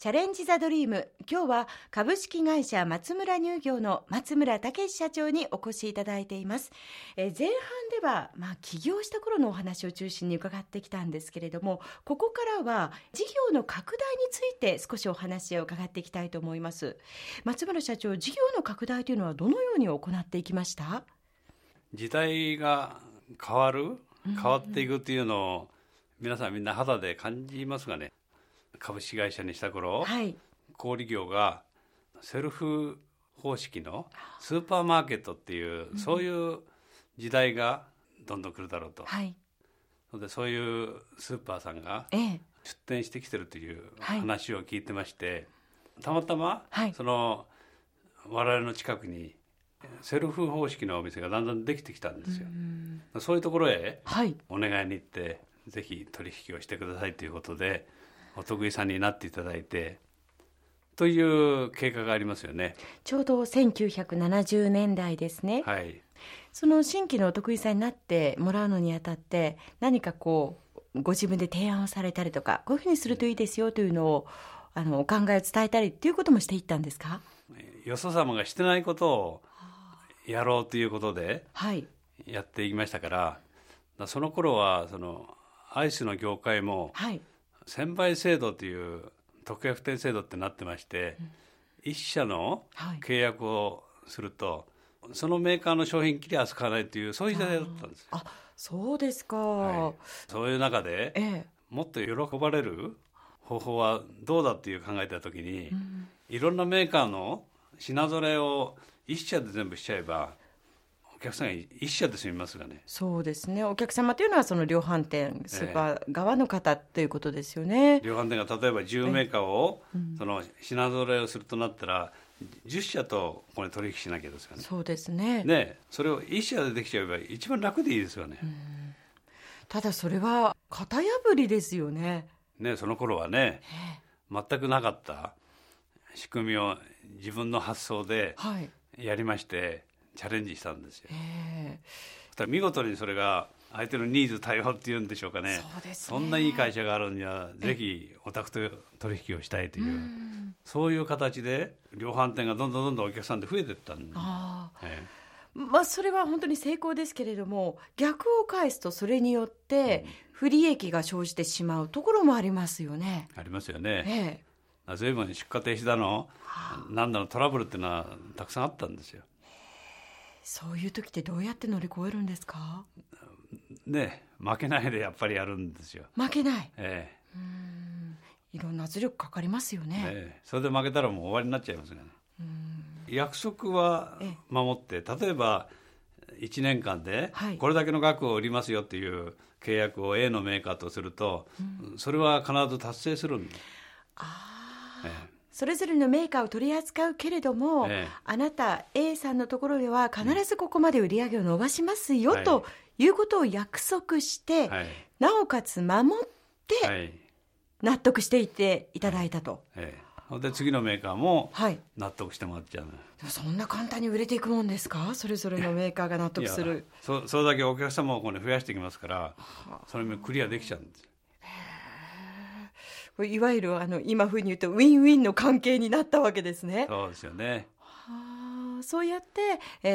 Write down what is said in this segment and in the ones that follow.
チャレンジザドリーム。今日は株式会社松村乳業の松村武社長にお越しいただいています。前半では、起業した頃のお話を中心に伺ってきたんですけれども、ここからは事業の拡大について少しお話を伺っていきたいと思います。松村社長、事業の拡大というのはどのように行っていきました？ 時代が変わっていくっていうのを皆さんみんな肌で感じますがね。株式会社にした頃、小売業がセルフ方式のスーパーマーケットっていう、そういう時代がどんどん来るだろうと、でそういうスーパーさんが出店してきてるという話を聞いてまして、たまたま、その我々の近くにセルフ方式のお店がだんだんできてきたんですよ。そういうところへお願いに行って、ぜひ取引をしてくださいということでお得意さんになっていただいてという経過がありますよね。 ちょうど1970年代ですね。その新規のお得意さんになってもらうのにあたって、何かご自分で提案をされたりとか、こういうふうにするといいですよというのをお考えを伝えたりっていうこともしていったんですか？ よそ様がしてないことをやろうということでやっていきましたから、その頃はそのアイスの業界も、専売制度という特約店制度ってなってまして、一社の契約をすると、そのメーカーの商品きり扱わないという、そういう時代だったんですよ。 そうですか。 そういう中で、もっと喜ばれる方法はどうだっていう考えた時に、いろんなメーカーの品揃えを一社で全部しちゃえばお客さんが一社で済みますがね。 そうですね。お客様というのはその量販店、スーパー側の方ということですよね。 量販店が例えば10メーカーを、その品揃えをするとなったら10社とこれ取引しなきゃですよね。 そうですね。 それを1社でできちゃえば一番楽でいいですよね。 ただそれは型破りですよね。 その頃はね、全くなかった仕組みを自分の発想でやりまして、チャレンジしたんですよ。見事にそれが相手のニーズ対応っていうんでしょうかね。そんないい会社があるにはぜひお宅と取引をしたいという、そういう形で量販店がどんどんお客さんで増えていったんで、 それは本当に成功ですけれども、逆を返すとそれによって不利益が生じてしまうところもありますよね。 ありますよね。随分出荷停止だの何だのトラブルっていうのはたくさんあったんですよ。 そういう時ってどうやって乗り越えるんですか？ 負けないでやっぱりやるんですよ。 負けない、いろんな圧力かかりますよね。 それで負けたらもう終わりになっちゃいますがね。約束は守って、例えば1年間でこれだけの額を売りますよっていう契約を A のメーカーとすると、それは必ず達成するんです。 それぞれのメーカーを取り扱うけれども、あなた A さんのところでは必ずここまで売り上げを伸ばしますよ、ということを約束して、なおかつ守って納得していっていただいたと。 で次のメーカーも納得してもらっちゃう、 そんな簡単に売れていくもんですか？それぞれのメーカーが納得する。 それだけお客様を増やしていきますから、それもクリアできちゃうんです。 いわゆる今風に言うとウィンウィンの関係になったわけですね。 そうですよね。 そうやって、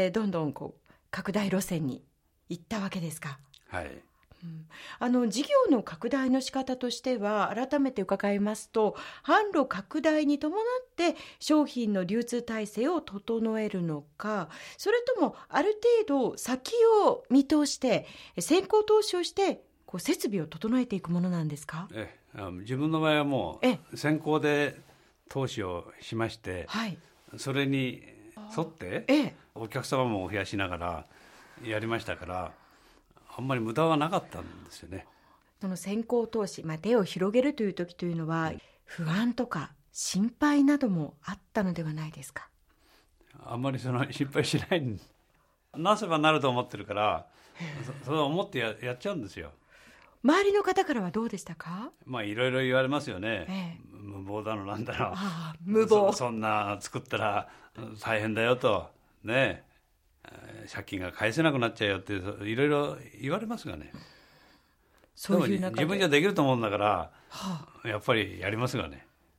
どんどん拡大路線に行ったわけですか？事業の拡大の仕方としては、改めて伺いますと、販路拡大に伴って商品の流通体制を整えるのか、それともある程度先を見通して先行投資をして設備を整えていくものなんですか？ 自分の場合はもう先行で投資をしまして、それに沿ってお客様も増やしながらやりましたから、あんまり無駄はなかったんですよね。 その先行投資、手を広げるという時というのは、不安とか心配などもあったのではないですか？ あんまり心配しない。なせばなると思ってるから、それを思ってやっちゃうんですよ。 周りの方からはどうでしたか？ いろいろ言われますよね。無謀だのなんだの。 無謀。 そんな作ったら大変だよと借金が返せなくなっちゃうよっていろいろ言われますがね。 そういう中で自分じゃできると思うんだから、やっぱりやりますがね。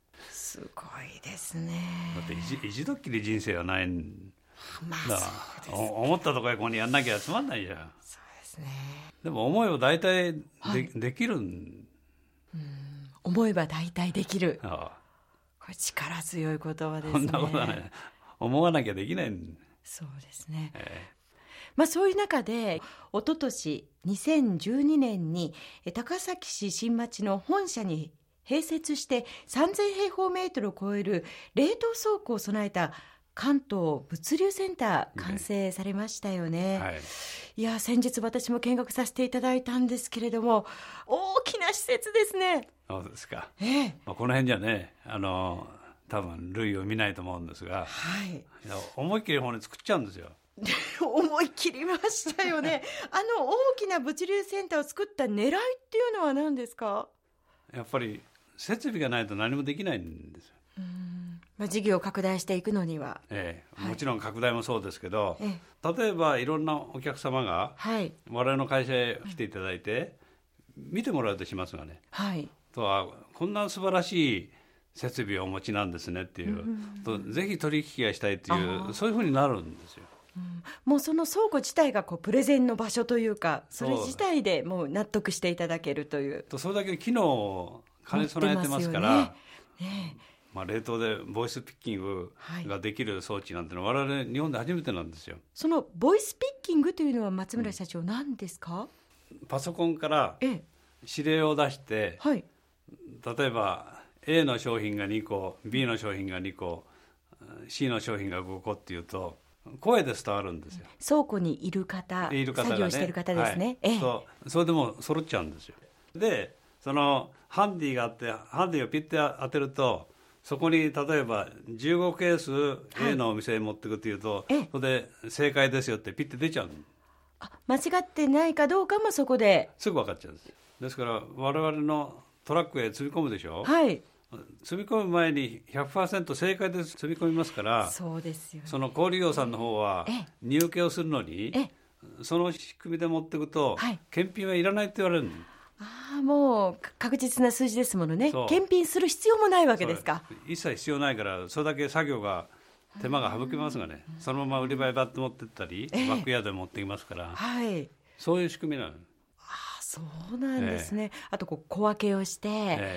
すごいですね。 だって一度っきり人生はないんまあ、 だから、思ったところへここにやんなきゃつまんないじゃん。 そうですね。 でも思えば大体はい、 できるん。 思えば大体できる。 ああ、 これ力強い言葉ですね。 そんなことはない。思わなきゃできないん。 そうですね。まあ、そういう中で一昨年2012年に高崎市新町の本社に併設して3000平方メートルを超える冷凍倉庫を備えた関東物流センター完成されましたよね。 はい、 いや、先日私も見学させていただいたんですけれども、大きな施設ですね。 そうですか。まあ、この辺じゃね、多分類を見ないと思うんですが、 はい、 思いっきり骨作っちゃうんですよ。 思い切りましたよね。大きな物流センターを作った狙いっていうのは何ですか？ やっぱり設備がないと何もできないんですよ。 まあ、事業を拡大していくのには、 もちろん拡大もそうですけど、例えばいろんなお客様が我々の会社へ来ていただいて、見てもらうとしますがね、とはこんな素晴らしい設備をお持ちなんですねっていう、とぜひ取引がしたいっていう、そういうふうになるんですよ。 もうその倉庫自体がプレゼンの場所というか、それ自体でもう納得していただけるという、 それだけ機能を兼ね備えてますから、まあ、冷凍でボイスピッキングができる装置なんてのは我々日本で初めてなんですよ。 そのボイスピッキングというのは松村社長、何ですか？ パソコンから指令を出して、例えば A の商品が2個 B の商品が2個 C の商品が5個っていうと声で伝わるんですよ。 倉庫にいる方、作業している方ですね。 それでも揃っちゃうんですよ。でそのハンディがあって、ハンディをピッて当てると、そこに例えば15ケース A のお店へ持っていくというと、それで正解ですよってピッて出ちゃう。 間違ってないかどうかもそこですぐ分かっちゃうんです。ですから我々のトラックへ積み込むでしょ。積み込む前に 100% 正解で積み込みますから、 そうですよね。 その小売業さんの方は荷受けをするのに、その仕組みで持っていくと、検品はいらないって言われるの。 もう確実な数字ですものね。検品する必要もないわけですか。 一切必要ないから、それだけ作業が手間が省けますがね、そのまま売り場へバッと持ってったり、バックヤードで持ってきますから、そういう仕組みなの。 そうなんですね。あと小分けをして、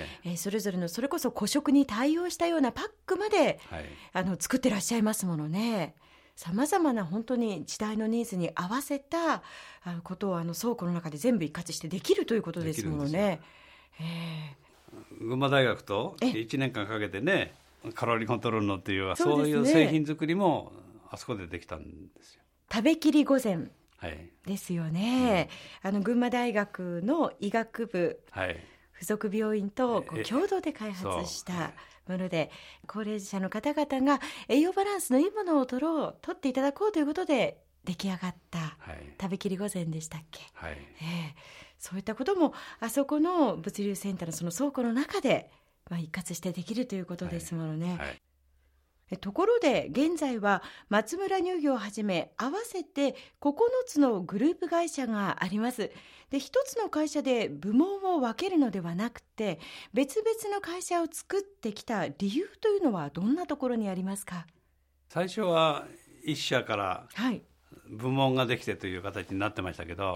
それぞれのそれこそ個食に対応したようなパックまで、作ってらっしゃいますものね。さまざまな本当に時代のニーズに合わせたことを倉庫の中で全部一括してできるということですものね。 群馬大学と1年間かけてね、カロリーコントロールのっていう、そういう製品作りもあそこでできたんですよ。 食べきり御膳ですよね。群馬大学の医学部、附属病院と共同で開発したもので、高齢者の方々が栄養バランスのいいものを取っていただこうということで出来上がった食べきり御膳でしたっけ。そういったこともあそこの物流センターのその倉庫の中で、一括してできるということですものね。ところで現在は松村乳業をはじめ合わせて9つのグループ会社があります。で、一つの会社で部門を分けるのではなくて、別々の会社を作ってきた理由というのはどんなところにありますか？ 最初は一社から部門ができてという形になってましたけど、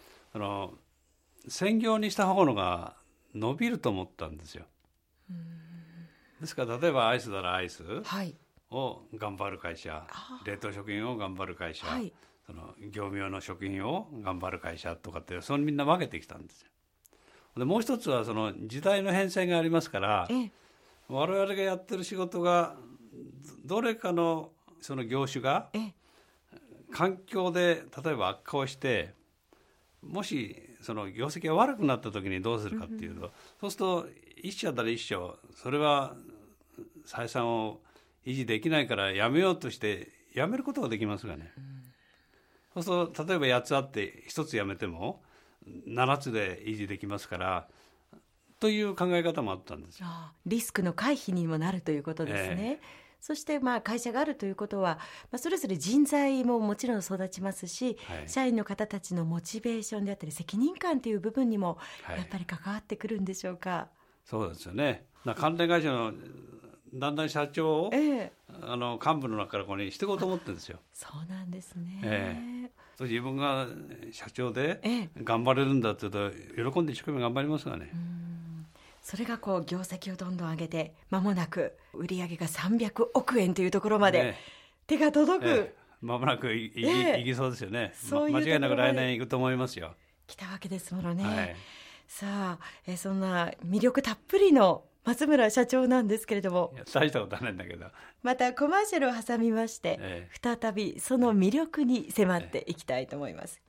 専業にした方のが伸びると思ったんですよ。ですから例えばアイスならアイスを頑張る会社、冷凍食品を頑張る会社、その業務用の食品を頑張る会社とかって、そのみんな分けてきたんですよ。でもう一つはその時代の変遷がありますから、我々がやってる仕事がどれかのその業種が環境で例えば悪化をして、もしその業績が悪くなった時にどうするかっていうと、そうすると一社たら一社、それは採算を維持できないからやめようとしてやめることができますがね。そうすると例えば8つあって1つやめても7つで維持できますからという考え方もあったんですよ。 リスクの回避にもなるということですね。そして会社があるということは、それぞれ人材ももちろん育ちますし、社員の方たちのモチベーションであったり責任感という部分にもやっぱり関わってくるんでしょうか。 そうですよね。関連会社のだんだん社長を、幹部の中からここにしていこうと思ってるんですよ。 そうなんですね。 自分が社長で頑張れるんだって言うと喜んで一生懸命頑張りますがね。 それがこう業績をどんどん上げて間もなく売上が300億円というところまで手が届く、 間もなくいきそうですよね。間違いなく来年いくと思いますよ。 来たわけですものね。さあ、そんな魅力たっぷりの松村社長なんですけれども、 大したことはないんだけど、 またコマーシャルを挟みまして、再びその魅力に迫っていきたいと思います。